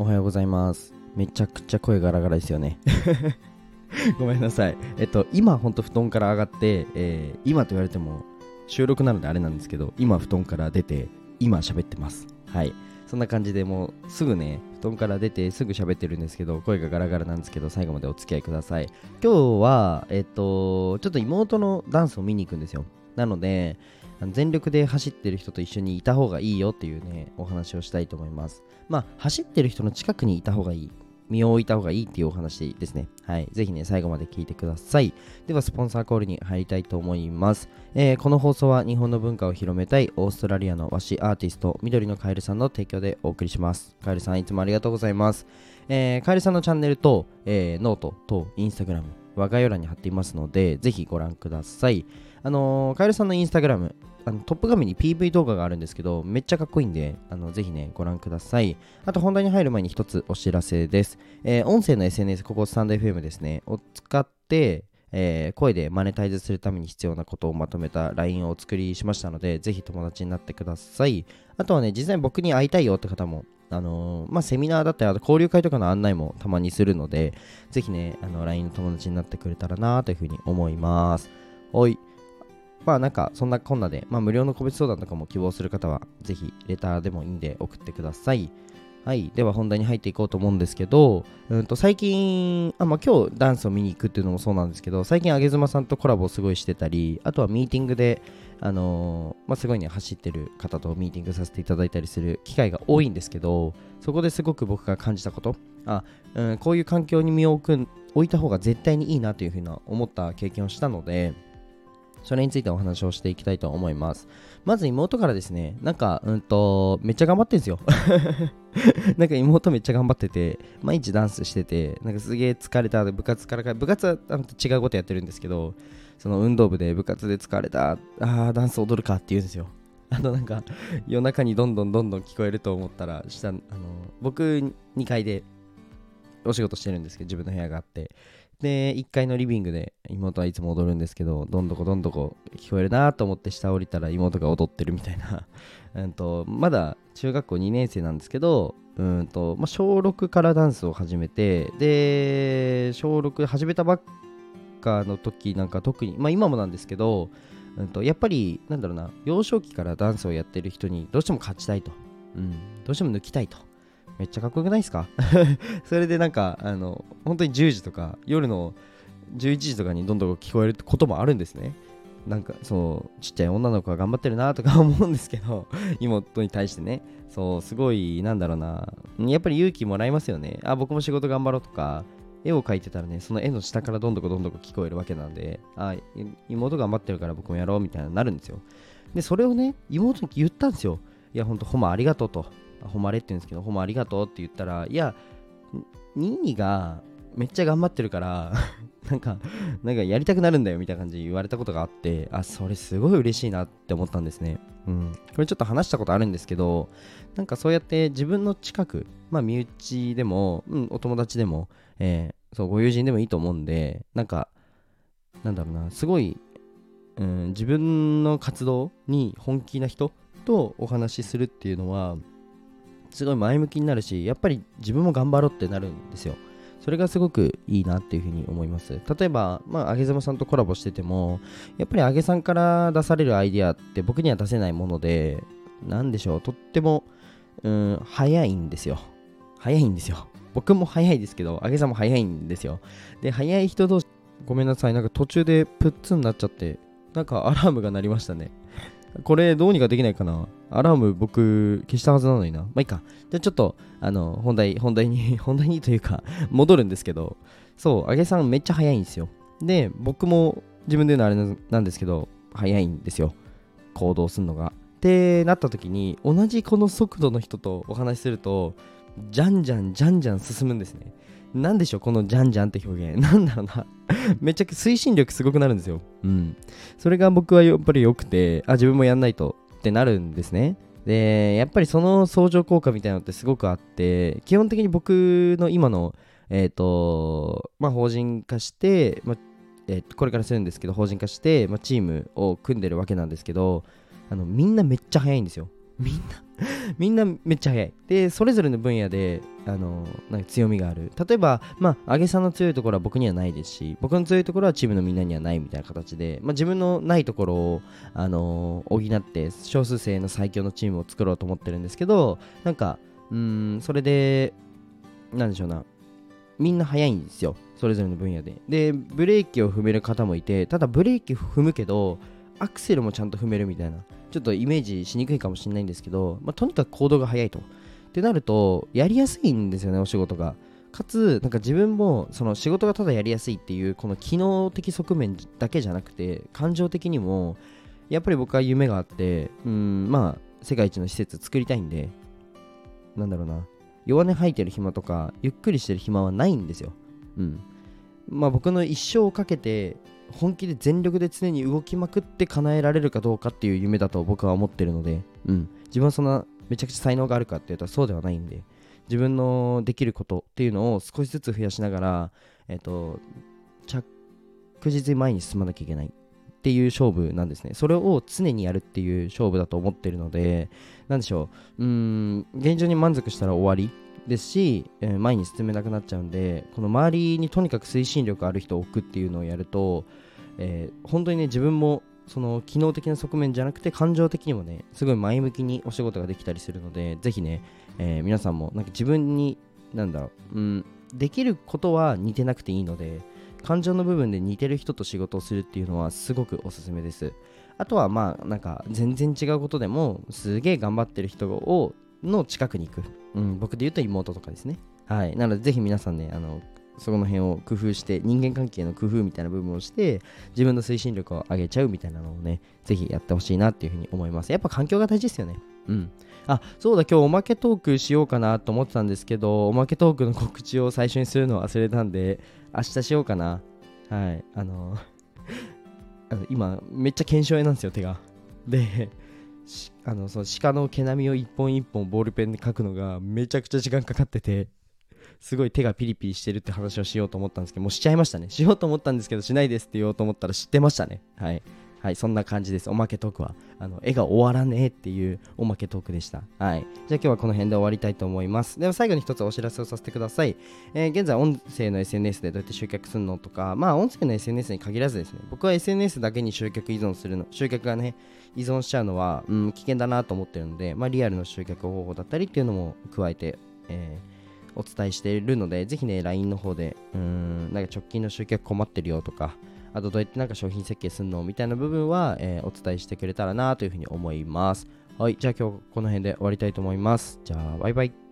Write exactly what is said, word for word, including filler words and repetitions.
はようございます。めちゃくちゃ声ガラガラですよねごめんなさい。えっと今ほんと布団から上がって、えー、今と言われても収録なのであれなんですけど、今布団から出て今喋ってます。はい、そんな感じでもうすぐね、布団から出てすぐ喋ってるんですけど、声がガラガラなんですけど、最後までお付き合いください。今日はえっとちょっと妹のダンスを見に行くんですよ。なので全力で走ってる人と一緒にいた方がいいよっていうね、お話をしたいと思います。まあ走ってる人の近くにいた方がいい、身を置いた方がいいっていうお話ですね。はい、ぜひね最後まで聞いてください。ではスポンサーコールに入りたいと思います。えー、この放送は日本の文化を広めたいオーストラリアの和紙アーティスト緑のカエルさんの提供でお送りします。カエルさんいつもありがとうございます。えー、カエルさんのチャンネルと、えー、ノートとインスタグラム我概要欄に貼っていますので、ぜひご覧ください。あのー、カエルさんのインスタグラム、あのトップ画面に ピーブイ 動画があるんですけど、めっちゃかっこいいんで、あのぜひねご覧ください。あと本題に入る前に一つお知らせです。えー、音声の エスエヌエス、ここスタンド エフエム ですねを使って、えー、声でマネタイズするために必要なことをまとめた ライン をお作りしましたので、ぜひ友達になってください。あとはね、実際に僕に会いたいよって方も、あのーまあ、セミナーだったり、あと交流会とかの案内もたまにするので、ぜひね、あの ライン の友達になってくれたらなというふうに思います。おい。まあなんかそんなこんなで、まあ無料の個別相談とかも希望する方はぜひレターでもいいんで送ってください。はい、では本題に入っていこうと思うんですけど、うんと最近、あまあ今日ダンスを見に行くっていうのもそうなんですけど、最近あげずまさんとコラボをすごいしてたり、あとはミーティングで、あのー、まあすごいね走ってる方とミーティングさせていただいたりする機会が多いんですけど、そこですごく僕が感じたこと、あ、うん、こういう環境に身を置く置いた方が絶対にいいなというふうな思った経験をしたので、それについてお話をしていきたいと思います。まず妹からですね、なんかうんとめっちゃ頑張ってんですよなんか妹めっちゃ頑張ってて、毎日ダンスしてて、なんかすげえ疲れた、部活からか部活は違うことやってるんですけど、その運動部で部活で疲れた、あーダンス踊るかって言うんですよ。あとなんか夜中にどんどんどんどん聞こえると思ったら、下あの僕にかいでお仕事してるんですけど、自分の部屋があって、でいっかいのリビングで妹はいつも踊るんですけど、どんどこどんどこ聞こえるなと思って下降りたら妹が踊ってるみたいなうんとまだ中学校にねん生なんですけど、うんと、まあ、しょうろくからダンスを始めて、でしょうろく始めたばっかの時なんか特に、まあ今もなんですけど、うんとやっぱりなんだろうな、幼少期からダンスをやってる人にどうしても勝ちたいと、うん、どうしても抜きたいと、めっちゃかっこよくないですかそれでなんかあの本当にじゅうじとか夜のじゅういちじとかにどんどん聞こえることもあるんですね。なんかそうちっちゃい女の子が頑張ってるなとか思うんですけど妹に対してね、そうすごいなんだろうな、やっぱり勇気もらいますよね。あ、僕も仕事頑張ろうとか、絵を描いてたらね、その絵の下からどんどこどんどこ聞こえるわけなんで、あ、妹頑張ってるから僕もやろうみたいななるんですよ。でそれをね妹に言ったんですよ。いやほんとほんまありがとうと、誉れって言うんですけど、ほんまありがとうって言ったら、いやニーニがめっちゃ頑張ってるからなんかなんかやりたくなるんだよみたいな感じで言われたことがあって、あ、それすごい嬉しいなって思ったんですね。うん、これちょっと話したことあるんですけど、なんかそうやって自分の近く、まあ身内でも、うん、お友達でも、えー、そうご友人でもいいと思うんで、なんかなんだろうな、すごい、うん、自分の活動に本気な人とお話しするっていうのはすごい前向きになるし、やっぱり自分も頑張ろうってなるんですよ。それがすごくいいなっていうふうに思います。例えば、まあ、あげざまさんとコラボしてても、やっぱりあげさんから出されるアイディアって僕には出せないもので、なんでしょう、とっても、うん、早いんですよ。早いんですよ。僕も早いですけど、あげさんも早いんですよ。で、早い人同士、ごめんなさい、なんか途中でプッツンになっちゃって、なんかアラームが鳴りましたね。これどうにかできないかな。アラーム僕消したはずなのにな。まあいいか。じゃあちょっとあの本題本題に本題にというか戻るんですけど、そう、あげさんめっちゃ早いんですよ。で僕も自分で言うのあれなんですけど早いんですよ、行動するのが。ってなった時に、同じこの速度の人とお話しするとじゃんじゃんじゃんじゃん進むんですね。なんでしょうこのじゃんじゃんって表現、なんだろうなめっちゃ推進力すごくなるんですよ。うん。それが僕はやっぱり良くて、あ、自分もやんないとってなるんですね。で、やっぱりその相乗効果みたいなのってすごくあって、基本的に僕の今の、えっと、まあ、法人化して、まあ、えー、とこれからするんですけど、法人化して、まあ、チームを組んでるわけなんですけど、あのみんなめっちゃ早いんですよ。みんなみんなめっちゃ速い。で、それぞれの分野で、あの、なんか強みがある。例えば、まあ、上げさんの強いところは僕にはないですし、僕の強いところはチームのみんなにはないみたいな形で、まあ、自分のないところを、あの補って、少数生の最強のチームを作ろうと思ってるんですけど、なんか、うーん、それで、なんでしょうな、みんな速いんですよ。それぞれの分野で。で、ブレーキを踏める方もいて、ただブレーキ踏むけど、アクセルもちゃんと踏めるみたいな。ちょっとイメージしにくいかもしれないんですけど、まあ、とにかく行動が速いと。ってなると、やりやすいんですよね、お仕事が。かつ、なんか自分も、その仕事がただやりやすいっていう、この機能的側面だけじゃなくて、感情的にも、やっぱり僕は夢があって、うん、まあ、世界一の施設作りたいんで、なんだろうな、弱音吐いてる暇とか、ゆっくりしてる暇はないんですよ。うん。まあ僕の一生をかけて、本気で全力で常に動きまくって叶えられるかどうかっていう夢だと僕は思ってるので、うん。自分はそんなめちゃくちゃ才能があるかっていうとそうではないんで、自分のできることっていうのを少しずつ増やしながら、えっと、着実に前に進まなきゃいけないっていう勝負なんですね。それを常にやるっていう勝負だと思ってるので、なんでしょう、うーん、現状に満足したら終わりですし、えー前に進めなくなっちゃうんで、この周りにとにかく推進力ある人を置くっていうのをやると、えー本当にね、自分もその機能的な側面じゃなくて感情的にもね、すごい前向きにお仕事ができたりするので、ぜひね、えー皆さんもなんか自分に、なんだろう、うん、できることは似てなくていいので、感情の部分で似てる人と仕事をするっていうのはすごくおすすめです。あとはまあなんか全然違うことでもすげえ頑張ってる人をの近くに行く、うん、僕で言うと妹とかですね。はい。なのでぜひ皆さんね、あのそこの辺を工夫して、人間関係の工夫みたいな部分をして自分の推進力を上げちゃうみたいなのをね、ぜひやってほしいなっていうふうに思います。やっぱ環境が大事ですよね。うん。あ、そうだ、今日おまけトークしようかなと思ってたんですけど、おまけトークの告知を最初にするの忘れたんで、明日しようかな。はい。あのあの今めっちゃ腱鞘炎なんですよ、手が。で、しあのその鹿の毛並みを一本一本ボールペンで描くのがめちゃくちゃ時間かかってて、すごい手がピリピリしてるって話をしようと思ったんですけど、もうしちゃいましたね。しようと思ったんですけど、しないですって言おうと思ったら知ってましたね。はい。はい、そんな感じです。おまけトークは。あの、絵が終わらねえっていうおまけトークでした。はい。じゃあ今日はこの辺で終わりたいと思います。では最後に一つお知らせをさせてください。えー現在、音声の エスエヌエス でどうやって集客するのとか、まあ、音声の エスエヌエス に限らずですね、僕は エスエヌエス だけに集客依存するの、集客がね、依存しちゃうのは、うん、危険だなと思ってるので、まあ、リアルの集客方法だったりっていうのも加えて、えーお伝えしているので、ぜひね、ライン の方で、うーん、なんか直近の集客困ってるよとか、あとどうやってなんか商品設計するのみたいな部分は、えーお伝えしてくれたらなというふうに思います。はい、じゃあ今日この辺で終わりたいと思います。じゃあ、バイバイ。